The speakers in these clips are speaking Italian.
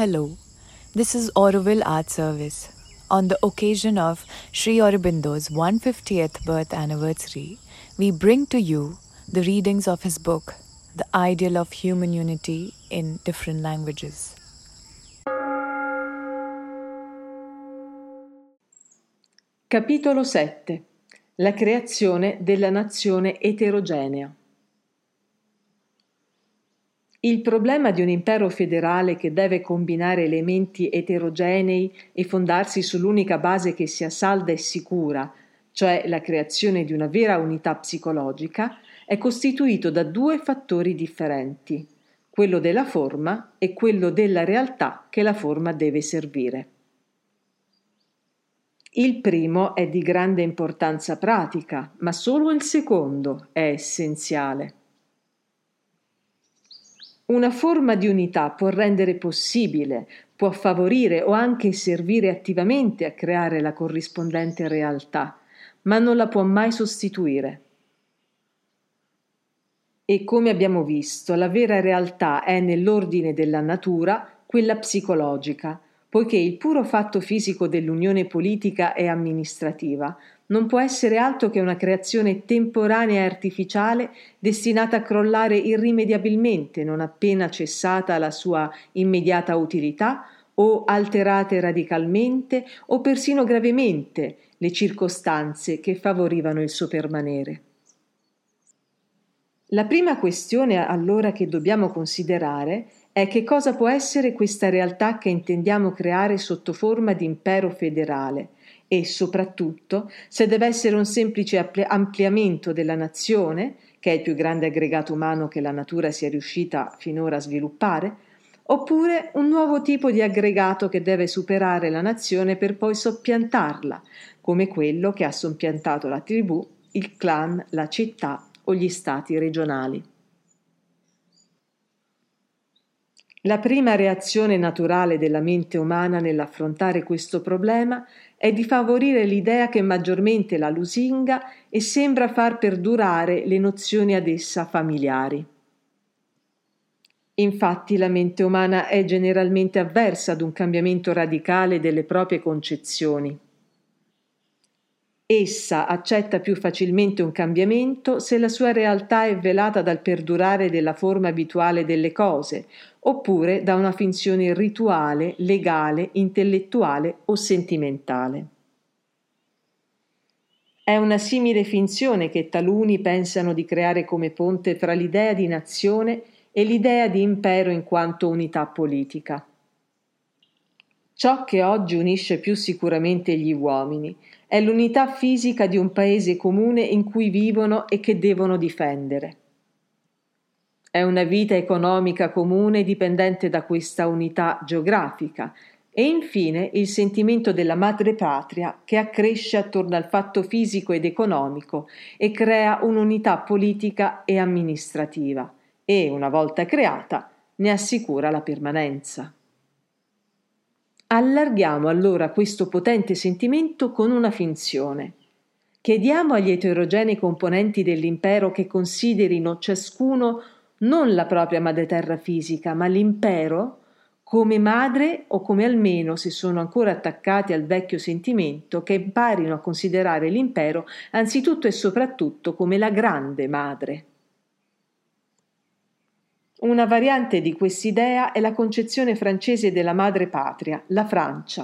Hello, this is Auroville Art Service. On the occasion of Sri Aurobindo's 150th birth anniversary, we bring to you the readings of his book, The Ideal of Human Unity in Different Languages. Capitolo 7. La creazione della nazione eterogenea. Il problema di un impero federale che deve combinare elementi eterogenei e fondarsi sull'unica base che sia salda e sicura, cioè la creazione di una vera unità psicologica, è costituito da due fattori differenti, quello della forma e quello della realtà che la forma deve servire. Il primo è di grande importanza pratica, ma solo il secondo è essenziale. Una forma di unità può rendere possibile, può favorire o anche servire attivamente a creare la corrispondente realtà, ma non la può mai sostituire. E come abbiamo visto, la vera realtà è nell'ordine della natura quella psicologica, poiché il puro fatto fisico dell'unione politica e amministrativa non può essere altro che una creazione temporanea e artificiale destinata a crollare irrimediabilmente non appena cessata la sua immediata utilità o alterate radicalmente o persino gravemente le circostanze che favorivano il suo permanere. La prima questione allora che dobbiamo considerare è che cosa può essere questa realtà che intendiamo creare sotto forma di impero federale e, soprattutto, se deve essere un semplice ampliamento della nazione, che è il più grande aggregato umano che la natura sia riuscita finora a sviluppare, oppure un nuovo tipo di aggregato che deve superare la nazione per poi soppiantarla, come quello che ha soppiantato la tribù, il clan, la città o gli stati regionali. La prima reazione naturale della mente umana nell'affrontare questo problema è di favorire l'idea che maggiormente la lusinga e sembra far perdurare le nozioni ad essa familiari. Infatti la mente umana è generalmente avversa ad un cambiamento radicale delle proprie concezioni. Essa accetta più facilmente un cambiamento se la sua realtà è velata dal perdurare della forma abituale delle cose, oppure da una finzione rituale, legale, intellettuale o sentimentale. È una simile finzione che taluni pensano di creare come ponte fra l'idea di nazione e l'idea di impero in quanto unità politica. Ciò che oggi unisce più sicuramente gli uomini è l'unità fisica di un paese comune in cui vivono e che devono difendere. È una vita economica comune dipendente da questa unità geografica e infine il sentimento della madrepatria che accresce attorno al fatto fisico ed economico e crea un'unità politica e amministrativa e, una volta creata, ne assicura la permanenza. Allarghiamo allora questo potente sentimento con una finzione. Chiediamo agli eterogenei componenti dell'impero che considerino ciascuno non la propria madreterra fisica, ma l'impero come madre o come almeno, se sono ancora attaccati al vecchio sentimento, che imparino a considerare l'impero anzitutto e soprattutto come la grande madre. Una variante di quest'idea è la concezione francese della madre patria, la Francia.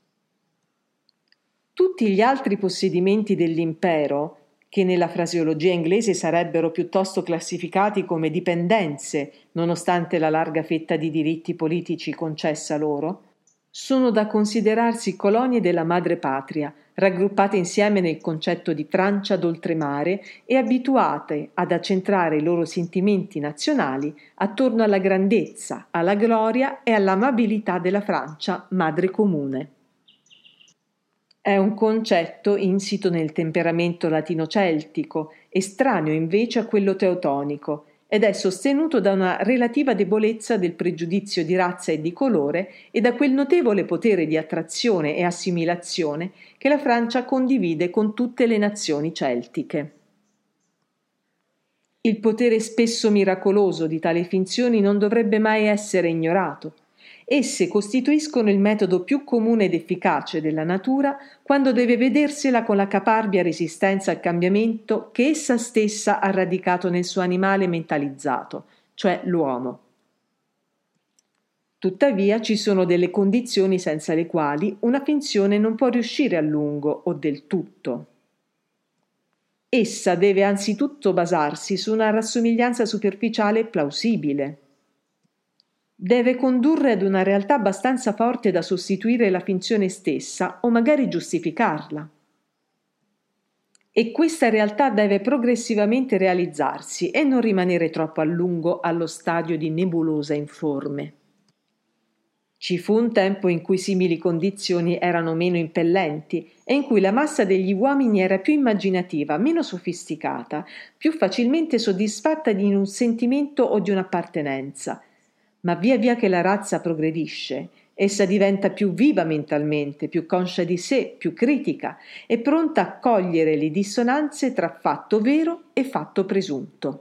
Tutti gli altri possedimenti dell'impero, che nella fraseologia inglese sarebbero piuttosto classificati come dipendenze, nonostante la larga fetta di diritti politici concessa loro, sono da considerarsi colonie della madre patria, raggruppate insieme nel concetto di Francia d'oltremare e abituate ad accentrare i loro sentimenti nazionali attorno alla grandezza, alla gloria e all'amabilità della Francia, madre comune. È un concetto insito nel temperamento latino-celtico, estraneo invece a quello teutonico, ed è sostenuto da una relativa debolezza del pregiudizio di razza e di colore e da quel notevole potere di attrazione e assimilazione che la Francia condivide con tutte le nazioni celtiche. Il potere spesso miracoloso di tali finzioni non dovrebbe mai essere ignorato. Esse costituiscono il metodo più comune ed efficace della natura quando deve vedersela con la caparbia resistenza al cambiamento che essa stessa ha radicato nel suo animale mentalizzato, cioè l'uomo. Tuttavia ci sono delle condizioni senza le quali una finzione non può riuscire a lungo o del tutto. Essa deve anzitutto basarsi su una rassomiglianza superficiale e plausibile. Deve condurre ad una realtà abbastanza forte da sostituire la finzione stessa o magari giustificarla. E questa realtà deve progressivamente realizzarsi e non rimanere troppo a lungo allo stadio di nebulosa informe. Ci fu un tempo in cui simili condizioni erano meno impellenti e in cui la massa degli uomini era più immaginativa, meno sofisticata, più facilmente soddisfatta di un sentimento o di un'appartenenza. Ma via via che la razza progredisce, essa diventa più viva mentalmente, più conscia di sé, più critica e pronta a cogliere le dissonanze tra fatto vero e fatto presunto.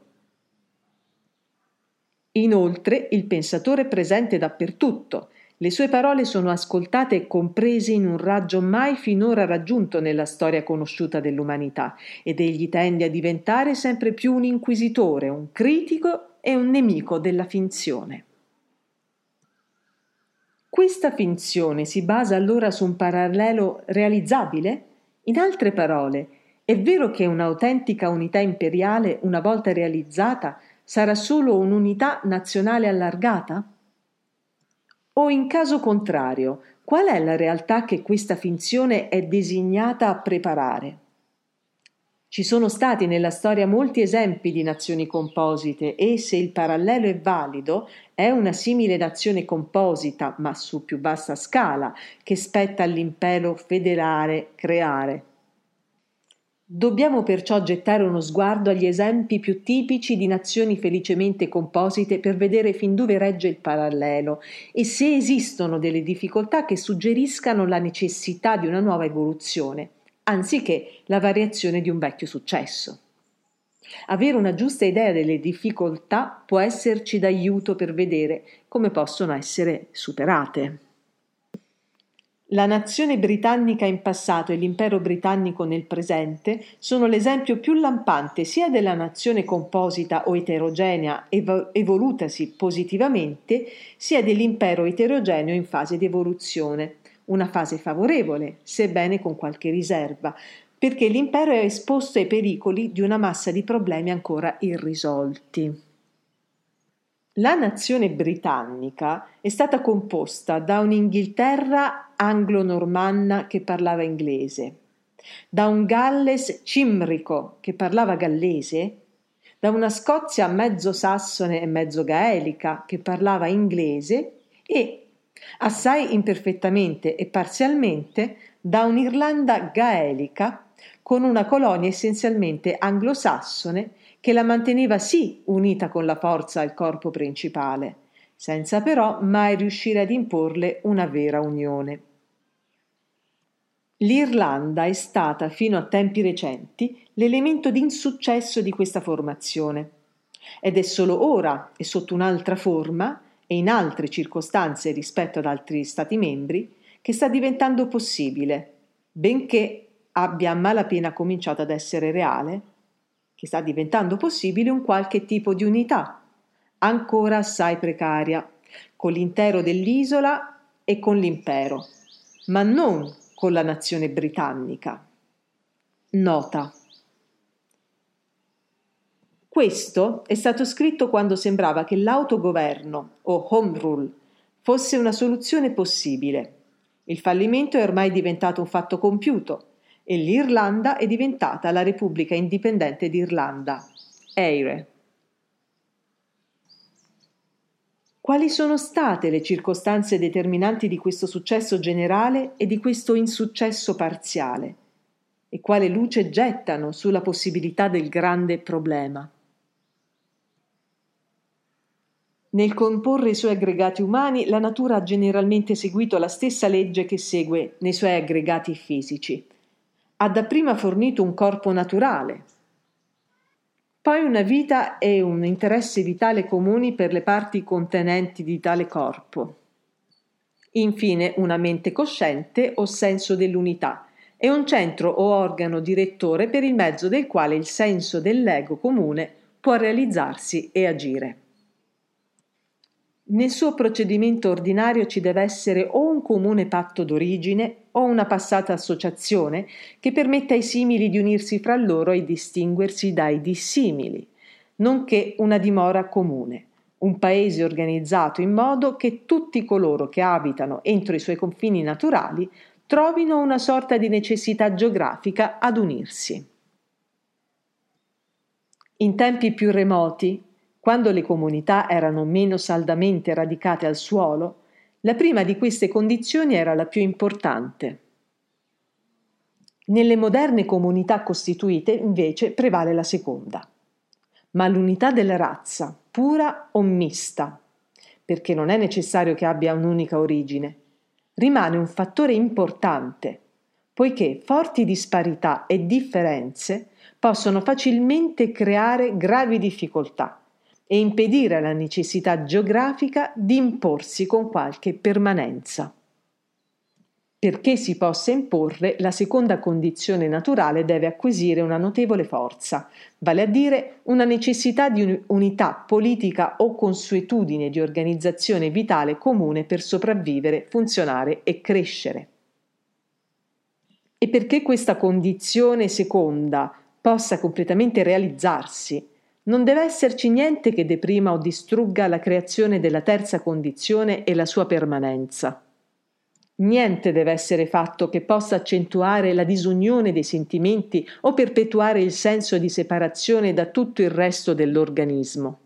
Inoltre, il pensatore è presente dappertutto. Le sue parole sono ascoltate e comprese in un raggio mai finora raggiunto nella storia conosciuta dell'umanità, ed egli tende a diventare sempre più un inquisitore, un critico e un nemico della finzione. Questa finzione si basa allora su un parallelo realizzabile? In altre parole, è vero che un'autentica unità imperiale, una volta realizzata, sarà solo un'unità nazionale allargata? O in caso contrario, qual è la realtà che questa finzione è designata a preparare? Ci sono stati nella storia molti esempi di nazioni composite e, se il parallelo è valido, è una simile nazione composita, ma su più bassa scala, che spetta all'impero federale creare. Dobbiamo perciò gettare uno sguardo agli esempi più tipici di nazioni felicemente composite per vedere fin dove regge il parallelo e se esistono delle difficoltà che suggeriscano la necessità di una nuova evoluzione, anziché la variazione di un vecchio successo. Avere una giusta idea delle difficoltà può esserci d'aiuto per vedere come possono essere superate. La nazione britannica in passato e l'impero britannico nel presente sono l'esempio più lampante sia della nazione composita o eterogenea evolutasi positivamente, sia dell'impero eterogeneo in fase di evoluzione, una fase favorevole, sebbene con qualche riserva, perché l'impero è esposto ai pericoli di una massa di problemi ancora irrisolti. La nazione britannica è stata composta da un'Inghilterra anglo-normanna che parlava inglese, da un Galles cimbrico che parlava gallese, da una Scozia mezzo sassone e mezzo gaelica che parlava inglese e, assai imperfettamente e parzialmente, da un'Irlanda gaelica con una colonia essenzialmente anglosassone che la manteneva sì unita con la forza al corpo principale, senza però mai riuscire ad imporle una vera unione. L'Irlanda è stata, fino a tempi recenti, l'elemento di insuccesso di questa formazione, ed è solo ora e sotto un'altra forma e in altre circostanze rispetto ad altri Stati membri che sta diventando possibile, benché abbia a malapena cominciato ad essere reale, che sta diventando possibile un qualche tipo di unità, ancora assai precaria, con l'intero dell'isola e con l'impero, ma non con la nazione britannica. Nota. Questo è stato scritto quando sembrava che l'autogoverno, o home rule, fosse una soluzione possibile. Il fallimento è ormai diventato un fatto compiuto, e l'Irlanda è diventata la Repubblica Indipendente d'Irlanda, EIRE. Quali sono state le circostanze determinanti di questo successo generale e di questo insuccesso parziale? E quale luce gettano sulla possibilità del grande problema? Nel comporre i suoi aggregati umani, la natura ha generalmente seguito la stessa legge che segue nei suoi aggregati fisici. Ha dapprima fornito un corpo naturale, poi una vita e un interesse vitale comuni per le parti contenenti di tale corpo. Infine, una mente cosciente o senso dell'unità è un centro o organo direttore per il mezzo del quale il senso dell'ego comune può realizzarsi e agire. Nel suo procedimento ordinario ci deve essere o un comune patto d'origine o una passata associazione che permetta ai simili di unirsi fra loro e distinguersi dai dissimili, nonché una dimora comune, un paese organizzato in modo che tutti coloro che abitano entro i suoi confini naturali trovino una sorta di necessità geografica ad unirsi. In tempi più remoti, quando le comunità erano meno saldamente radicate al suolo, la prima di queste condizioni era la più importante. Nelle moderne comunità costituite, invece, prevale la seconda. Ma l'unità della razza, pura o mista, perché non è necessario che abbia un'unica origine, rimane un fattore importante, poiché forti disparità e differenze possono facilmente creare gravi difficoltà e impedire alla necessità geografica di imporsi con qualche permanenza. Perché si possa imporre, la seconda condizione naturale deve acquisire una notevole forza, vale a dire una necessità di unità politica o consuetudine di organizzazione vitale comune per sopravvivere, funzionare e crescere. E perché questa condizione seconda possa completamente realizzarsi, non deve esserci niente che deprima o distrugga la creazione della terza condizione e la sua permanenza. Niente deve essere fatto che possa accentuare la disunione dei sentimenti o perpetuare il senso di separazione da tutto il resto dell'organismo.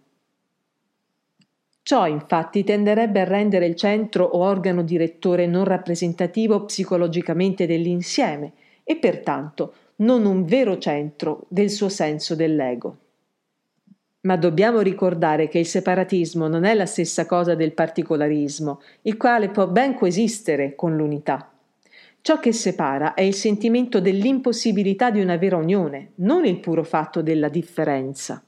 Ciò infatti tenderebbe a rendere il centro o organo direttore non rappresentativo psicologicamente dell'insieme e pertanto non un vero centro del suo senso dell'ego. Ma dobbiamo ricordare che il separatismo non è la stessa cosa del particolarismo, il quale può ben coesistere con l'unità. Ciò che separa è il sentimento dell'impossibilità di una vera unione, non il puro fatto della differenza.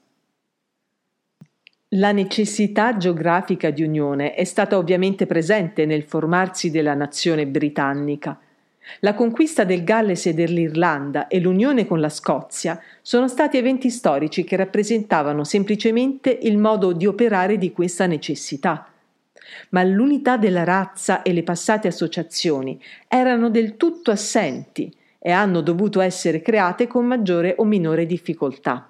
La necessità geografica di unione è stata ovviamente presente nel formarsi della nazione britannica. La conquista del Galles e dell'Irlanda e l'unione con la Scozia sono stati eventi storici che rappresentavano semplicemente il modo di operare di questa necessità. Ma l'unità della razza e le passate associazioni erano del tutto assenti e hanno dovuto essere create con maggiore o minore difficoltà.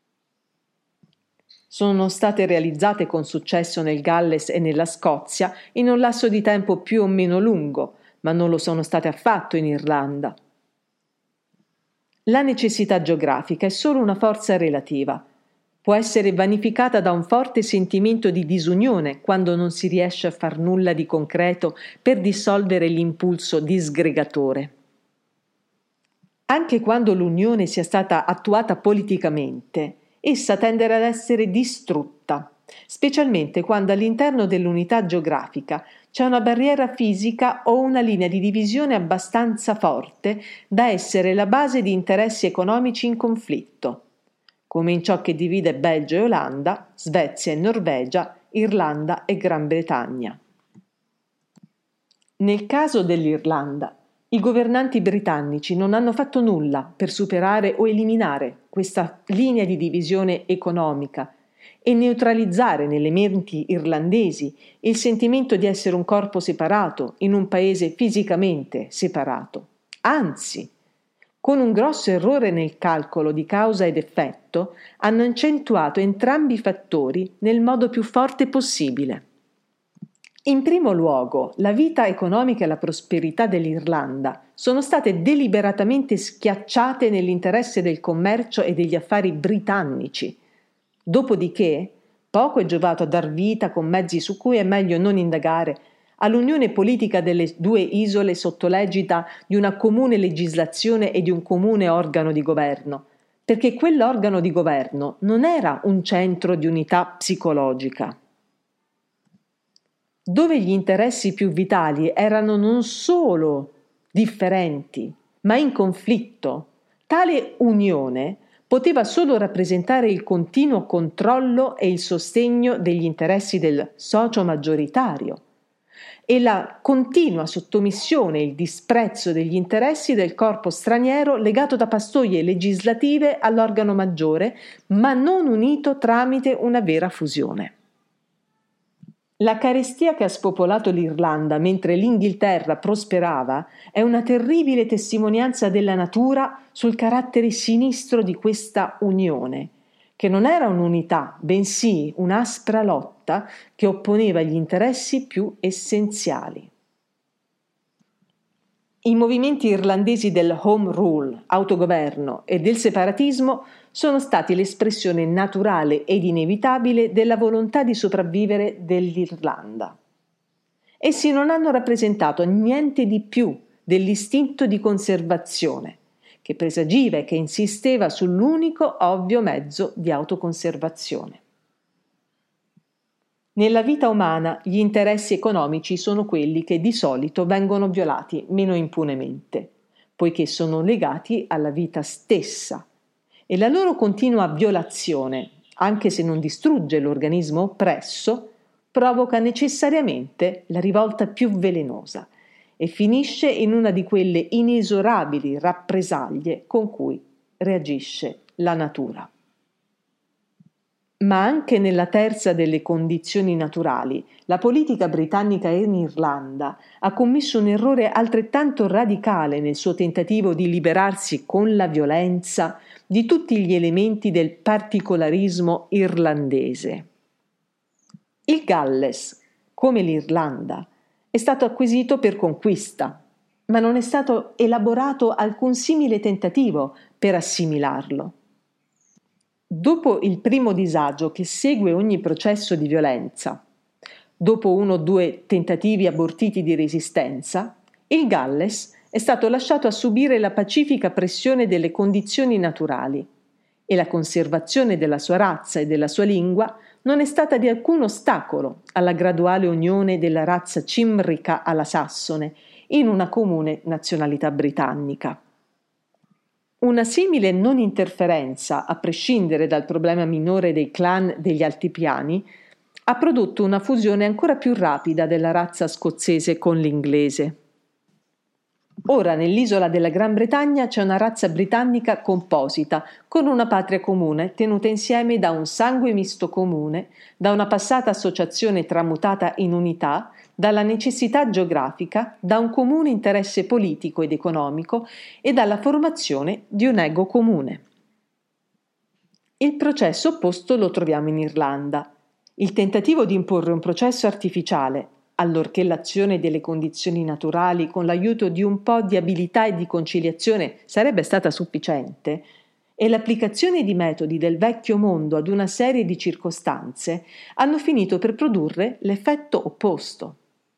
Sono state realizzate con successo nel Galles e nella Scozia in un lasso di tempo più o meno lungo, ma non lo sono state affatto in Irlanda. La necessità geografica è solo una forza relativa. Può essere vanificata da un forte sentimento di disunione quando non si riesce a far nulla di concreto per dissolvere l'impulso disgregatore. Anche quando l'unione sia stata attuata politicamente, essa tenderà ad essere distrutta, specialmente quando all'interno dell'unità geografica c'è una barriera fisica o una linea di divisione abbastanza forte da essere la base di interessi economici in conflitto, come in ciò che divide Belgio e Olanda, Svezia e Norvegia, Irlanda e Gran Bretagna. Nel caso dell'Irlanda, i governanti britannici non hanno fatto nulla per superare o eliminare questa linea di divisione economica e neutralizzare nelle menti irlandesi il sentimento di essere un corpo separato in un paese fisicamente separato. Anzi, con un grosso errore nel calcolo di causa ed effetto, hanno accentuato entrambi i fattori nel modo più forte possibile. In primo luogo, la vita economica e la prosperità dell'Irlanda sono state deliberatamente schiacciate nell'interesse del commercio e degli affari britannici. Dopodiché, poco è giovato a dar vita con mezzi su cui è meglio non indagare all'unione politica delle due isole sotto l'egida di una comune legislazione e di un comune organo di governo, perché quell'organo di governo non era un centro di unità psicologica. Dove gli interessi più vitali erano non solo differenti, ma in conflitto, tale unione poteva solo rappresentare il continuo controllo e il sostegno degli interessi del socio maggioritario, e la continua sottomissione e il disprezzo degli interessi del corpo straniero legato da pastoie legislative all'organo maggiore, ma non unito tramite una vera fusione. La carestia che ha spopolato l'Irlanda mentre l'Inghilterra prosperava è una terribile testimonianza della natura sul carattere sinistro di questa unione, che non era un'unità, bensì un'aspra lotta che opponeva gli interessi più essenziali. I movimenti irlandesi del Home Rule, autogoverno, e del separatismo sono stati l'espressione naturale ed inevitabile della volontà di sopravvivere dell'Irlanda. Essi non hanno rappresentato niente di più dell'istinto di conservazione, che presagiva e che insisteva sull'unico ovvio mezzo di autoconservazione. Nella vita umana gli interessi economici sono quelli che di solito vengono violati meno impunemente, poiché sono legati alla vita stessa, e la loro continua violazione, anche se non distrugge l'organismo oppresso, provoca necessariamente la rivolta più velenosa e finisce in una di quelle inesorabili rappresaglie con cui reagisce la natura. Ma anche nella terza delle condizioni naturali, la politica britannica in Irlanda ha commesso un errore altrettanto radicale nel suo tentativo di liberarsi con la violenza di tutti gli elementi del particolarismo irlandese. Il Galles, come l'Irlanda, è stato acquisito per conquista, ma non è stato elaborato alcun simile tentativo per assimilarlo. Dopo il primo disagio che segue ogni processo di violenza, dopo 1 o 2 tentativi abortiti di resistenza, il Galles è stato lasciato a subire la pacifica pressione delle condizioni naturali e la conservazione della sua razza e della sua lingua non è stata di alcun ostacolo alla graduale unione della razza cimrica alla sassone in una comune nazionalità britannica. Una simile non interferenza, a prescindere dal problema minore dei clan degli altipiani, ha prodotto una fusione ancora più rapida della razza scozzese con l'inglese. Ora nell'isola della Gran Bretagna c'è una razza britannica composita, con una patria comune, tenuta insieme da un sangue misto comune, da una passata associazione tramutata in unità, dalla necessità geografica, da un comune interesse politico ed economico e dalla formazione di un ego comune. Il processo opposto lo troviamo in Irlanda. Il tentativo di imporre un processo artificiale, allorché l'azione delle condizioni naturali con l'aiuto di un po' di abilità e di conciliazione sarebbe stata sufficiente, e l'applicazione di metodi del vecchio mondo ad una serie di circostanze hanno finito per produrre l'effetto opposto.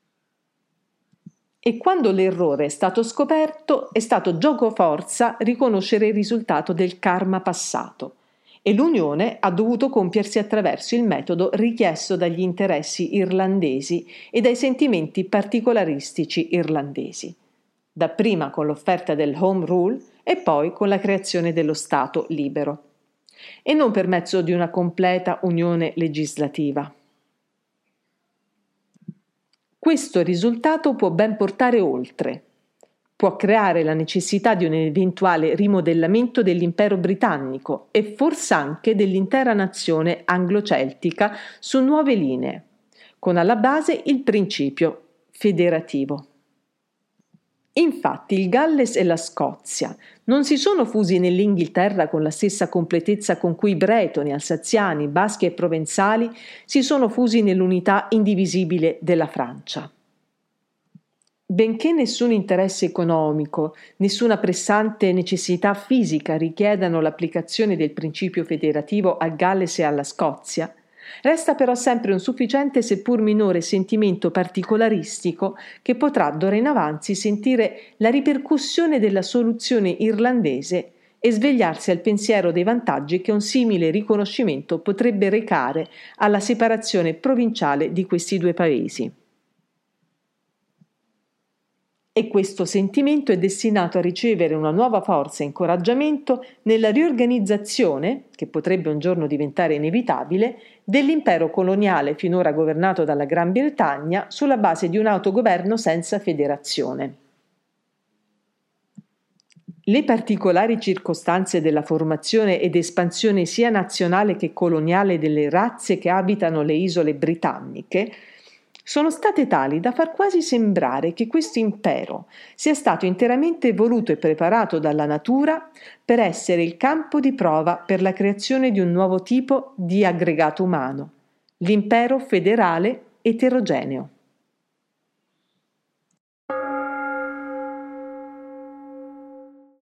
E quando l'errore è stato scoperto, è stato giocoforza riconoscere il risultato del karma passato, e l'unione ha dovuto compiersi attraverso il metodo richiesto dagli interessi irlandesi e dai sentimenti particolaristici irlandesi, dapprima con l'offerta del Home Rule e poi con la creazione dello Stato libero, e non per mezzo di una completa unione legislativa. Questo risultato può ben portare oltre. Può creare la necessità di un eventuale rimodellamento dell'impero britannico e forse anche dell'intera nazione anglo-celtica su nuove linee, con alla base il principio federativo. Infatti il Galles e la Scozia non si sono fusi nell'Inghilterra con la stessa completezza con cui i bretoni, alsaziani, baschi e provenzali si sono fusi nell'unità indivisibile della Francia. Benché nessun interesse economico, nessuna pressante necessità fisica richiedano l'applicazione del principio federativo al Galles e alla Scozia, resta però sempre un sufficiente seppur minore sentimento particolaristico che potrà d'ora in avanti sentire la ripercussione della soluzione irlandese e svegliarsi al pensiero dei vantaggi che un simile riconoscimento potrebbe recare alla separazione provinciale di questi 2 paesi. E questo sentimento è destinato a ricevere una nuova forza e incoraggiamento nella riorganizzazione, che potrebbe un giorno diventare inevitabile, dell'impero coloniale finora governato dalla Gran Bretagna sulla base di un autogoverno senza federazione. Le particolari circostanze della formazione ed espansione sia nazionale che coloniale delle razze che abitano le isole britanniche sono state tali da far quasi sembrare che questo impero sia stato interamente voluto e preparato dalla natura per essere il campo di prova per la creazione di un nuovo tipo di aggregato umano, l'impero federale eterogeneo.